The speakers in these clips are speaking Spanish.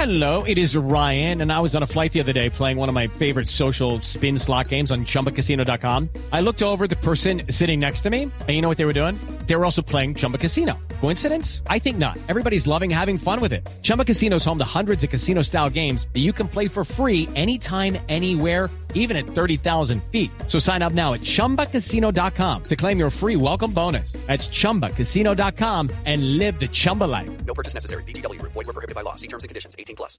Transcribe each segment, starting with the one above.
Hello, it is Ryan, and I was on a flight the other day playing one of my favorite social spin slot games on ChumbaCasino.com. I looked over at the person sitting next to me, and you know what they were doing? They were also playing Chumba Casino. Coincidence? I think not. Everybody's loving having fun with it. Chumba Casino is home to hundreds of casino-style games that you can play for free anytime, anywhere, even at 30,000 feet. So sign up now at ChumbaCasino.com to claim your free welcome bonus. That's ChumbaCasino.com and live the Chumba life. No purchase necessary. VGW. Void where prohibited by law. See terms and conditions. 18+.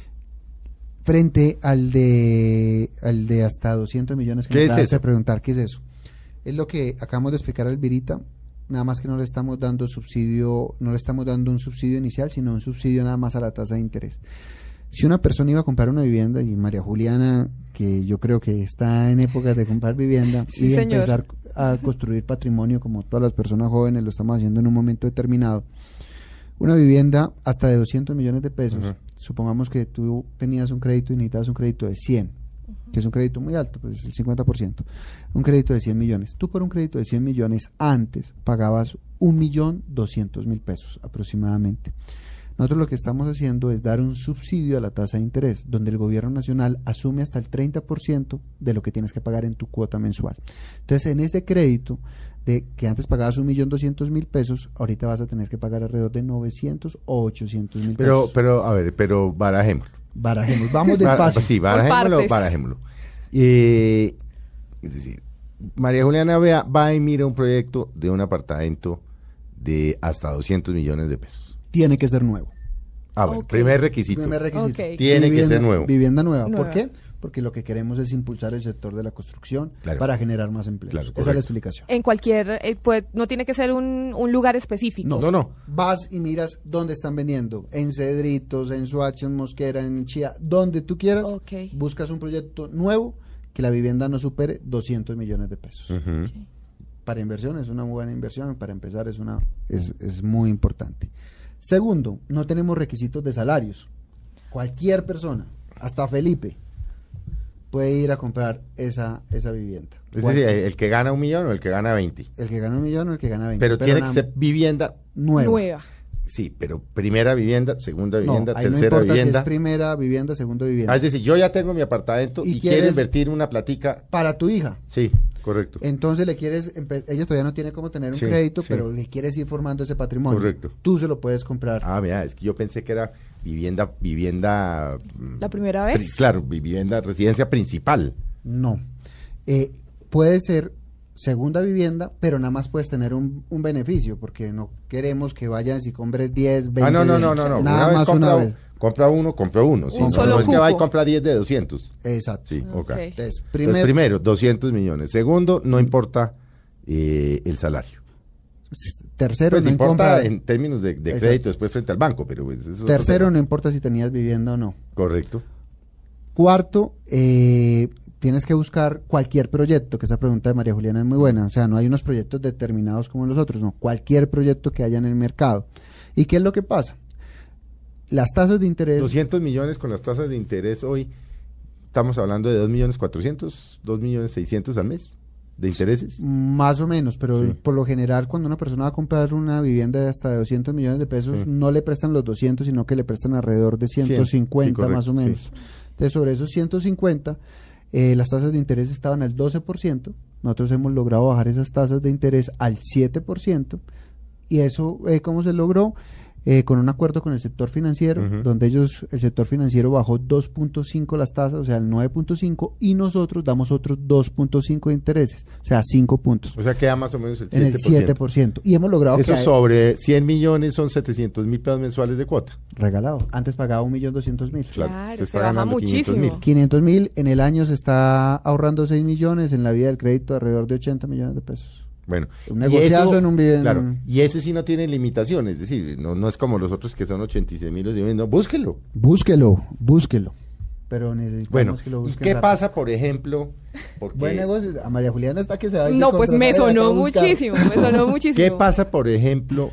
Frente al de hasta 200 millones que ¿Qué me es acabas de eso? preguntar, ¿qué es eso? Es lo que acabamos de explicar a Elvirita, nada más que no le estamos dando subsidio, no le estamos dando un subsidio inicial, sino un subsidio nada más a la tasa de interés. Si una persona iba a comprar una vivienda, y María Juliana, que yo creo que está en épocas de comprar vivienda Sí, y señor. empezar a construir patrimonio como todas las personas jóvenes lo estamos haciendo en un momento determinado, una vivienda hasta de 200 millones de pesos, supongamos que tú tenías un crédito y necesitabas un crédito de 100, que es un crédito muy alto, pues el 50%, un crédito de 100 millones. Tú por un crédito de 100 millones antes pagabas 1.200.000 pesos aproximadamente. Nosotros lo que estamos haciendo es dar un subsidio a la tasa de interés, donde el gobierno nacional asume hasta el 30% de lo que tienes que pagar en tu cuota mensual. Entonces, en ese crédito, de que antes pagabas 1.200.000 pesos, ahorita vas a tener que pagar alrededor de 900 o 800.000 pesos. Pero barajémoslo. Barajemos, vamos despacio. Sí, Por partes. barajémoslo. Es decir, María Juliana va y mira un proyecto de un apartamento de hasta 200 millones de pesos. Tiene que ser nuevo. Bueno, Ok. primer requisito. Primer requisito. Ok. Tiene que ser nuevo. Vivienda nueva. Nueva. ¿Por qué? Porque lo que queremos es impulsar el sector de la construcción Claro. para generar más empleos. Claro, Esa es la correcto. explicación. En cualquier, no tiene que ser un lugar específico. No. Vas y miras dónde están vendiendo. En Cedritos, en Soacha, en Mosquera, en Chía, donde tú quieras. Ok. Buscas un proyecto nuevo que la vivienda no supere 200 millones de pesos. Ujú. Para inversión es una muy buena inversión, para empezar es muy importante. Segundo, no tenemos requisitos de salarios. Cualquier persona, hasta Felipe, puede ir a comprar esa vivienda. Es decir, el que gana 1 millón o el que gana 20. El que gana 1 millón o el que gana 20. Pero tiene que nada- ser vivienda, nueva. sí, pero primera vivienda, segunda vivienda, No, ahí no tercera importa si vivienda. es primera vivienda, segunda vivienda. Es decir, yo ya tengo mi apartamento Y y quiero quieres- invertir una platica. Para tu hija. Sí, correcto. Entonces ella todavía no tiene cómo tener un Sí, crédito, sí. pero le quieres ir formando ese patrimonio. Correcto. Tú se lo puedes comprar. Mira, es que yo pensé que era vivienda. ¿La primera vez? Claro, vivienda, residencia principal. No. Puede ser segunda vivienda, pero nada más puedes tener un beneficio, porque no queremos que vayas y compres 10, 20. No. Nada Una vez más una vez. compra uno. Sí, Un solo no es que cupo. va y compra 10 de 200. Exacto. Sí, ok. Ok. Entonces, Entonces, primero, 200 millones. Segundo, no importa el salario. tercero, Pues no importa compra- en términos de Exacto. crédito después frente al banco, pero pues, eso es otro tercero, tema. no importa si tenías vivienda o no. Correcto. Cuarto, tienes que buscar cualquier proyecto, que esa pregunta de María Juliana es muy buena, o sea, no hay unos proyectos determinados como los otros, no, cualquier proyecto que haya en el mercado. ¿Y qué es lo que pasa? Las tasas de interés... 200 millones con las tasas de interés hoy, estamos hablando de 2.400.000, 2.600.000 al mes de intereses. Más o menos, pero Sí. por lo general cuando una persona va a comprar una vivienda de hasta de 200 millones de pesos, Sí. no le prestan los 200, sino que le prestan alrededor de 150 sí, más o correcto, menos. sí. Entonces, sobre esos 150, las tasas de interés estaban al 12%, nosotros hemos logrado bajar esas tasas de interés al 7%, y eso, ¿cómo se logró? Con un acuerdo con el sector financiero, Ujú. donde el sector financiero bajó 2.5 las tasas, o sea, el 9.5, y nosotros damos otros 2.5 de intereses, o sea, 5 puntos, O sea, queda más o menos el 7%. en el 7%. Y hemos logrado Eso que sobre 100 millones son 700.000 pesos mensuales de cuota. regalado. Antes pagaba 1.200.000. Claro, se está se baja ganando muchísimo. 500.000. 500.000, en el año se está ahorrando 6 millones, en la vida del crédito alrededor de 80 millones de pesos. Bueno, Un y negociazo eso, en un bien. claro, y ese sí no tiene limitaciones, es decir, no es como los otros que son 86.000, no, búsquelo. Búsquelo. Pero necesitamos Bueno, que lo ¿y busquen qué rápido. pasa, por ejemplo? Porque, Buen negocio. A María Juliana está que se va a ir No, contra pues me Saber, acá sonó a buscar. muchísimo, me sonó muchísimo. ¿qué pasa, por ejemplo,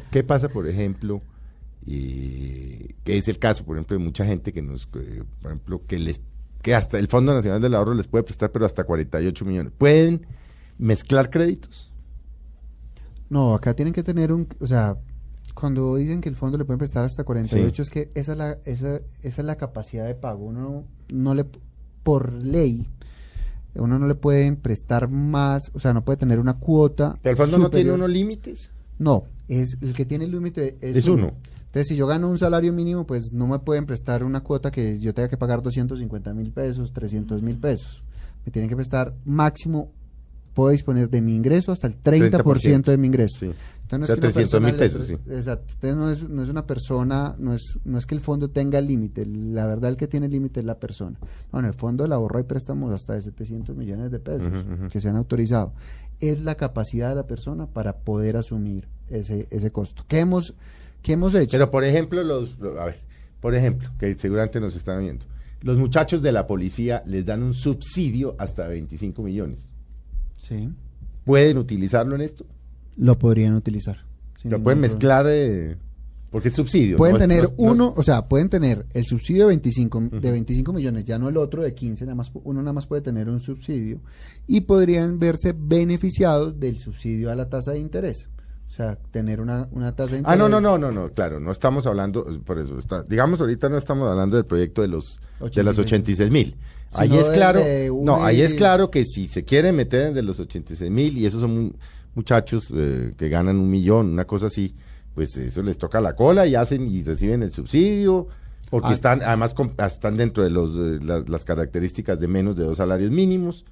que es el caso, por ejemplo, de mucha gente que por ejemplo, que hasta el Fondo Nacional del Ahorro les puede prestar, pero hasta 48 millones? ¿Pueden mezclar créditos? No, acá tienen que tener o sea, cuando dicen que el fondo le pueden prestar hasta 48, es que esa es la capacidad de pago. Uno no le, por ley, uno no le pueden prestar más, o sea, no puede tener una cuota. ¿Pero el fondo no tiene superior. unos límites? No, es el que tiene el límite Es uno. Entonces, si yo gano un salario mínimo, pues no me pueden prestar una cuota que yo tenga que pagar 250.000 pesos, 300.000 pesos. Me tienen que prestar máximo, puedo disponer de mi ingreso hasta el 30% de mi ingreso. Sí. Entonces, O sea, 300.000 pesos, sí. Exacto. Entonces, no es una persona, no es que el fondo tenga límite. La verdad, el que tiene límite es la persona. No, en el fondo del ahorro hay préstamos hasta de 700 millones de pesos que se han autorizado. Es la capacidad de la persona para poder asumir ese costo. ¿Qué hemos hecho? Pero, por ejemplo, por ejemplo, que seguramente nos están viendo, los muchachos de la policía les dan un subsidio hasta 25 millones. Sí. ¿Pueden utilizarlo en esto? Lo podrían utilizar. sin ¿Lo ningún pueden problema. mezclar? Porque es subsidio. Pueden ¿no? tener No es- o sea, pueden tener el subsidio de 25 millones, ya no el otro de 15, uno nada más puede tener un subsidio y podrían verse beneficiados del subsidio a la tasa de interés. O sea, tener una tasa de interés. No, claro, no estamos hablando, por eso, digamos ahorita no estamos hablando del proyecto de las 86.000. Ahí Sino es claro, de ahí es claro que si se quieren meter de los 86.000 y esos son muchachos que ganan 1 millón, una cosa así, pues eso les toca la cola y hacen y reciben el subsidio, porque están, además están dentro de las características de menos de 2 salarios mínimos.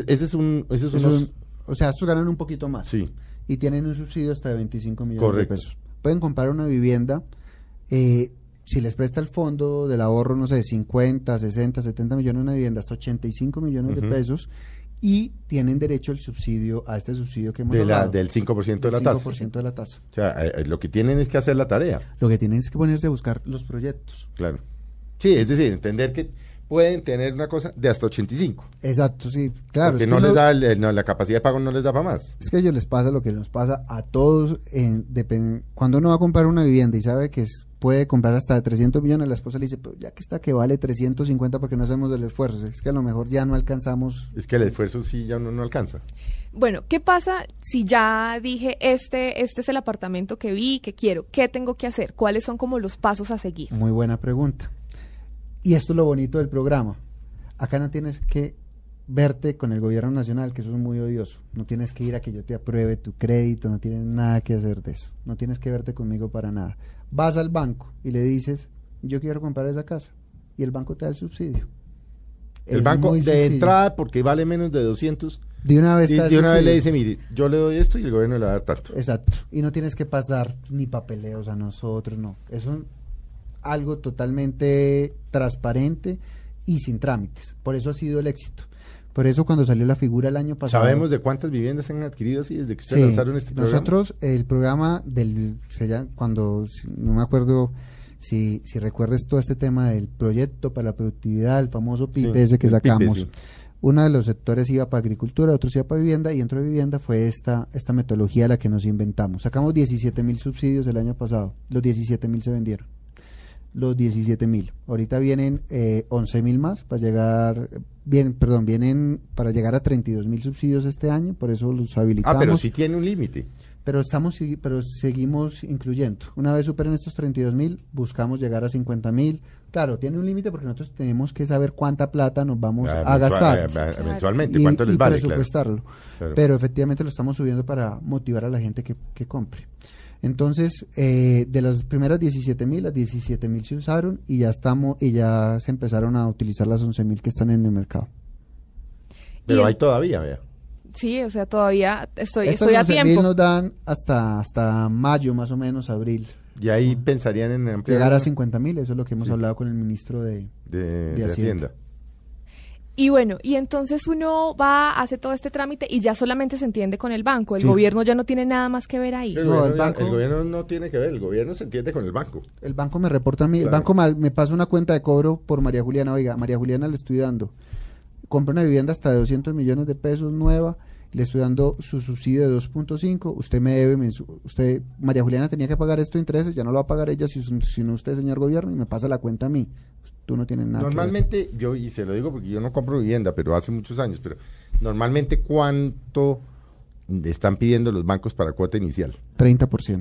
O sea, estos ganan un poquito más. Sí. Y tienen un subsidio hasta de 25 millones Correcto. de pesos. Pueden comprar una vivienda, si les presta el fondo del ahorro, no sé, 50, 60, 70 millones una vivienda, hasta 85 millones de pesos, y tienen derecho al subsidio, a este subsidio que hemos hablado. Del 5% de la tasa. 5% de la tasa. O sea, lo que tienen es que hacer la tarea. Lo que tienen es que ponerse a buscar los proyectos. Claro. Sí, es decir, entender que pueden tener una cosa de hasta 85. Exacto, sí, claro. Porque es no que les da, la capacidad de pago no les da para más. Es que a ellos les pasa lo que nos pasa a todos. Cuando uno va a comprar una vivienda y sabe que puede comprar hasta de 300 millones, la esposa le dice, pero ya que está que vale 350 porque no hacemos del esfuerzo. Es que a lo mejor ya no alcanzamos. Es que el esfuerzo sí ya no alcanza. Bueno, ¿qué pasa si ya dije, este es el apartamento que vi, que quiero? ¿Qué tengo que hacer? ¿Cuáles son como los pasos a seguir? Muy buena pregunta. Y esto es lo bonito del programa. Acá no tienes que verte con el gobierno nacional, que eso es muy odioso. No tienes que ir a que yo te apruebe tu crédito, no tienes nada que hacer de eso. No tienes que verte conmigo para nada. Vas al banco y le dices, yo quiero comprar esa casa. Y el banco te da el subsidio. El Es banco muy de sencillo. entrada, porque vale menos de 200, De una vez, y te da el de una vez le subsidio. dice, mire, yo le doy esto y el gobierno le va a dar tanto. Exacto. Y no tienes que pasar ni papeleos a nosotros, no. Es algo totalmente transparente y sin trámites. Por eso ha sido el éxito. Por eso cuando salió la figura el año pasado... ¿Sabemos de cuántas viviendas se han adquirido así desde que ustedes Sí, lanzaron este programa? nosotros el programa no me acuerdo si recuerdas todo este tema del proyecto para la productividad, el famoso PIB ese que el PIB, sacamos. sí. Uno de los sectores iba para agricultura, otro iba para vivienda, y dentro de vivienda fue esta metodología la que nos inventamos. Sacamos 17.000 subsidios el año pasado, los 17.000 se vendieron. Los 17.000. Ahorita vienen 11.000 más para llegar, vienen para llegar a 32.000 subsidios este año, por eso los habilitamos. Pero sí tiene un límite. Pero seguimos incluyendo. Una vez superen estos 32.000, buscamos llegar a 50.000. Claro, tiene un límite porque nosotros tenemos que saber cuánta plata nos vamos a gastar. Mensualmente, ¿cuánto les vale? Presupuestarlo. Claro. Pero efectivamente lo estamos subiendo para motivar a la gente que compre. Entonces, de las primeras 17.000, las 17.000 se usaron y ya se empezaron a utilizar las 11.000 que están en el mercado. Pero hay todavía, vea. Sí, o sea, todavía estoy Estas a 11.000 tiempo. nos dan hasta mayo, más o menos, abril. Y ahí pensarían en ampliar Llegar a 50.000, eso es lo que hemos Sí. hablado con el ministro de Hacienda. Y bueno, y entonces uno hace todo este trámite y ya solamente se entiende con el banco. El Sí. gobierno ya no tiene nada más que ver ahí. El, No, gobierno el banco- el gobierno no tiene que ver, el gobierno se entiende con el banco. El banco me reporta a mí, Claro. el banco me pasa una cuenta de cobro por María Juliana. Oiga, María Juliana le estoy dando, compra una vivienda hasta de 200 millones de pesos nueva, le estoy dando su subsidio de 2.5, usted me debe, María Juliana tenía que pagar esto de intereses, ya no lo va a pagar ella, sino usted, señor gobierno, y me pasa la cuenta a mí. Tú no tienes nada que ver. Normalmente, y se lo digo porque yo no compro vivienda, pero hace muchos años, pero normalmente, ¿cuánto están pidiendo los bancos para cuota inicial? 30%.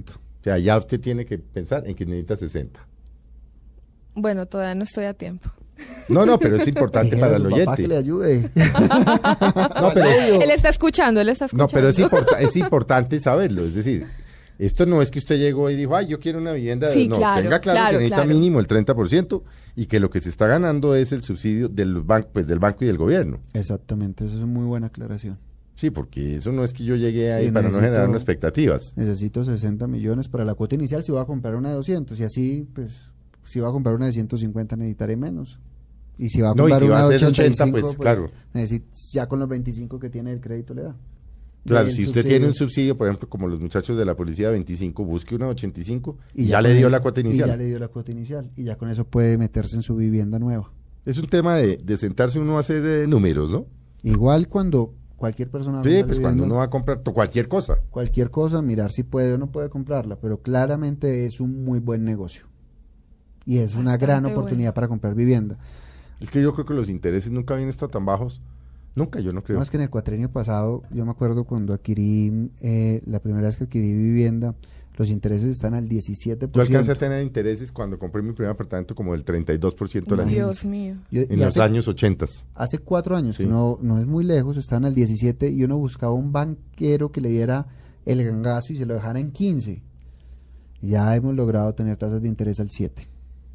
O sea, ya usted tiene que pensar en que necesita 60. Bueno, todavía no estoy a tiempo. No, pero es importante Dígale para a el su papá oyente. que le ayude. No, pero, Él está escuchando, él está escuchando. no, pero es importante saberlo. Es decir, esto no es que usted llegó y dijo, ay, yo quiero una vivienda. Sí, no, claro, tenga claro claro, que necesita claro. mínimo el 30% y que lo que se está ganando es el subsidio del banco, pues, del banco y del gobierno. Exactamente, esa es una muy buena aclaración. Sí, porque eso no es que yo llegué ahí Sí, para no necesito- generar unas expectativas. Necesito 60 millones para la cuota inicial si voy a comprar una de 200 y así, pues, si voy a comprar una de 150 necesitaré menos. Y si va a No, y comprar si va una a de ser 85, 80, pues, claro. Ya con los 25 que tiene el crédito le da. Claro, Y el si usted subsidio- tiene un subsidio, por ejemplo, como los muchachos de la policía 25, busque una 85 y ya con le dio el- la cuota Y ya inicial. le dio la cuota inicial. Y ya con eso puede meterse en su vivienda nueva. Es un tema de sentarse uno a hacer números, ¿no? Igual cuando cualquier persona va a Sí, comprar pues cuando vivienda, uno va a comprar cualquier cosa. cualquier cosa, mirar si puede o no puede comprarla, pero claramente es un muy buen negocio. Y es una gran Bastante oportunidad bueno. para comprar vivienda. Es que yo creo que los intereses nunca habían estado tan bajos. Nunca, yo no creo. No, es que en el cuatrenio pasado, yo me acuerdo cuando adquirí, la primera vez que adquirí vivienda, los intereses están al 17%. Yo alcancé a tener intereses cuando compré mi primer apartamento como del 32% del año. Dios mío. Yo- En y los años 80. hace 4 años, Sí. que no es muy lejos, estaban al 17 y uno buscaba un banquero que le diera el gangazo y se lo dejara en 15. Ya hemos logrado tener tasas de interés al 7.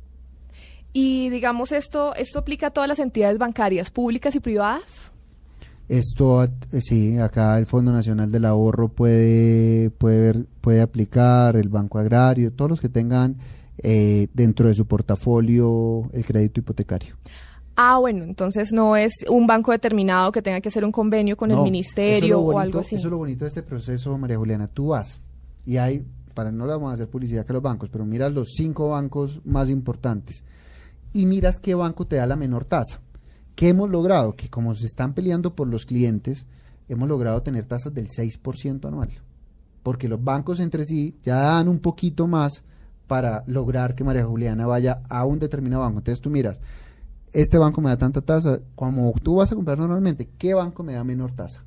Y digamos, esto aplica a todas las entidades bancarias, públicas y privadas. Esto, sí, acá el Fondo Nacional del Ahorro puede aplicar, el Banco Agrario, todos los que tengan dentro de su portafolio el crédito hipotecario. Ah, bueno, entonces no es un banco determinado que tenga que hacer un convenio con el No, ministerio eso es lo o bonito- algo así. Eso es lo bonito de este proceso, María Juliana. Tú vas y no le vamos a hacer publicidad que a los bancos, pero miras los 5 bancos más importantes y miras qué banco te da la menor tasa. ¿Qué hemos logrado? Que como se están peleando por los clientes, hemos logrado tener tasas del 6% anual. Porque los bancos entre sí ya dan un poquito más para lograr que María Juliana vaya a un determinado banco. Entonces tú miras, este banco me da tanta tasa, como tú vas a comprar normalmente, ¿qué banco me da menor tasa?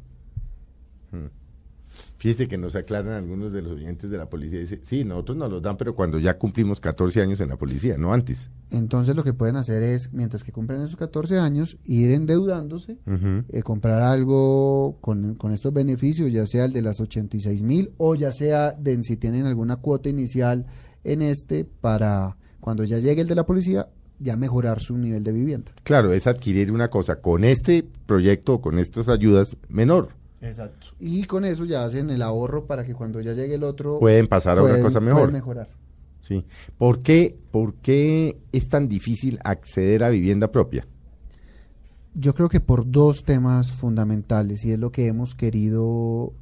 Fíjese que nos aclaran algunos de los oyentes de la policía. Dice, sí, nosotros nos los dan, pero cuando ya cumplimos 14 años en la policía, no antes. Entonces lo que pueden hacer es, mientras que cumplen esos 14 años, ir endeudándose, Ujú. comprar algo con estos beneficios, ya sea el de las 86,000 o ya sea si tienen alguna cuota inicial para cuando ya llegue el de la policía, ya mejorar su nivel de vivienda. Claro, es adquirir una cosa con este proyecto, con estas ayudas, menor. Exacto. Y con eso ya hacen el ahorro para que cuando ya llegue el otro Pueden pasar a una cosa mejor. pueden mejorar. Sí. ¿Por qué es tan difícil acceder a vivienda propia? Yo creo que por 2 temas fundamentales y es lo que hemos querido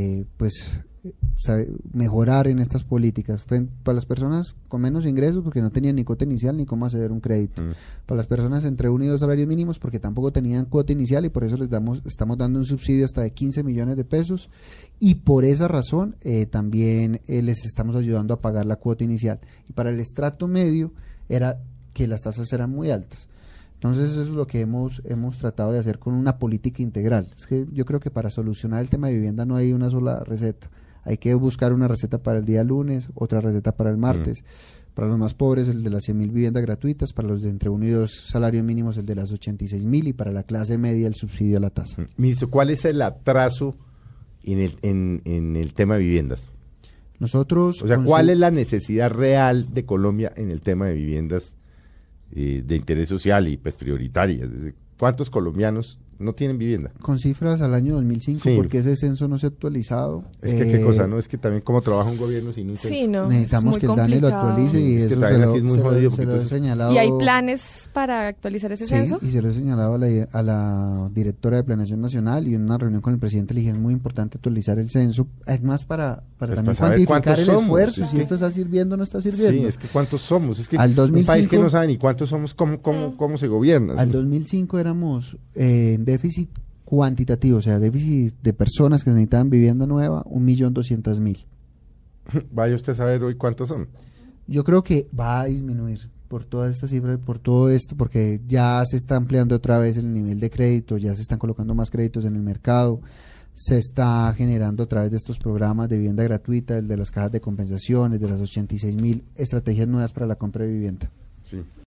mejorar en estas políticas para las personas con menos ingresos porque no tenían ni cuota inicial ni cómo acceder a un crédito, para las personas entre 1 y 2 salarios mínimos porque tampoco tenían cuota inicial y por eso estamos dando un subsidio hasta de 15 millones de pesos y por esa razón también les estamos ayudando a pagar la cuota inicial y para el estrato medio era que las tasas eran muy altas. Entonces eso es lo que hemos tratado de hacer con una política integral. Es que yo creo que para solucionar el tema de vivienda no hay una sola receta. Hay que buscar una receta para el día lunes, otra receta para el martes. Para los más pobres el de las 100,000 viviendas gratuitas, para los de entre 1 y 2 salarios mínimos el de las 86,000 y para la clase media el subsidio a la tasa. Ministro, ¿cuál es el atraso en el tema de viviendas? Nosotros... O sea, ¿cuál es la necesidad real de Colombia en el tema de viviendas de interés social y pues prioritarias? Es decir, ¿cuántos colombianos no tienen vivienda? Con cifras al año 2005, Sí. porque ese censo no se ha actualizado. Es que qué cosa, ¿no? Es que también cómo trabaja un gobierno sin un censo. Sí, no. Necesitamos es que muy el DANE lo complicado. actualice y Es que eso también se así es muy lo jodido, se porque lo he entonces- señalado. ¿Y hay planes para actualizar ese Sí, censo? y se lo he señalado a la directora de Planeación Nacional y en una reunión con el presidente le dije es muy importante actualizar el censo, es más para Pues también para saber cuantificar cuántos el somos, esfuerzo, es si que- esto está sirviendo o no está sirviendo. Sí, es que ¿cuántos somos? Es que Al un 2005 país que no sabe ni cuántos somos, ¿cómo se gobierna? Al 2005 éramos en déficit cuantitativo, o sea, déficit de personas que necesitaban vivienda nueva, 1.200.000. Vaya usted a saber hoy cuántos son. Yo creo que va a disminuir por toda esta cifra, por todo esto, porque ya se está ampliando otra vez el nivel de crédito, ya se están colocando más créditos en el mercado, se está generando a través de estos programas de vivienda gratuita, el de las cajas de compensaciones, de las 86.000 estrategias nuevas para la compra de vivienda. Sí.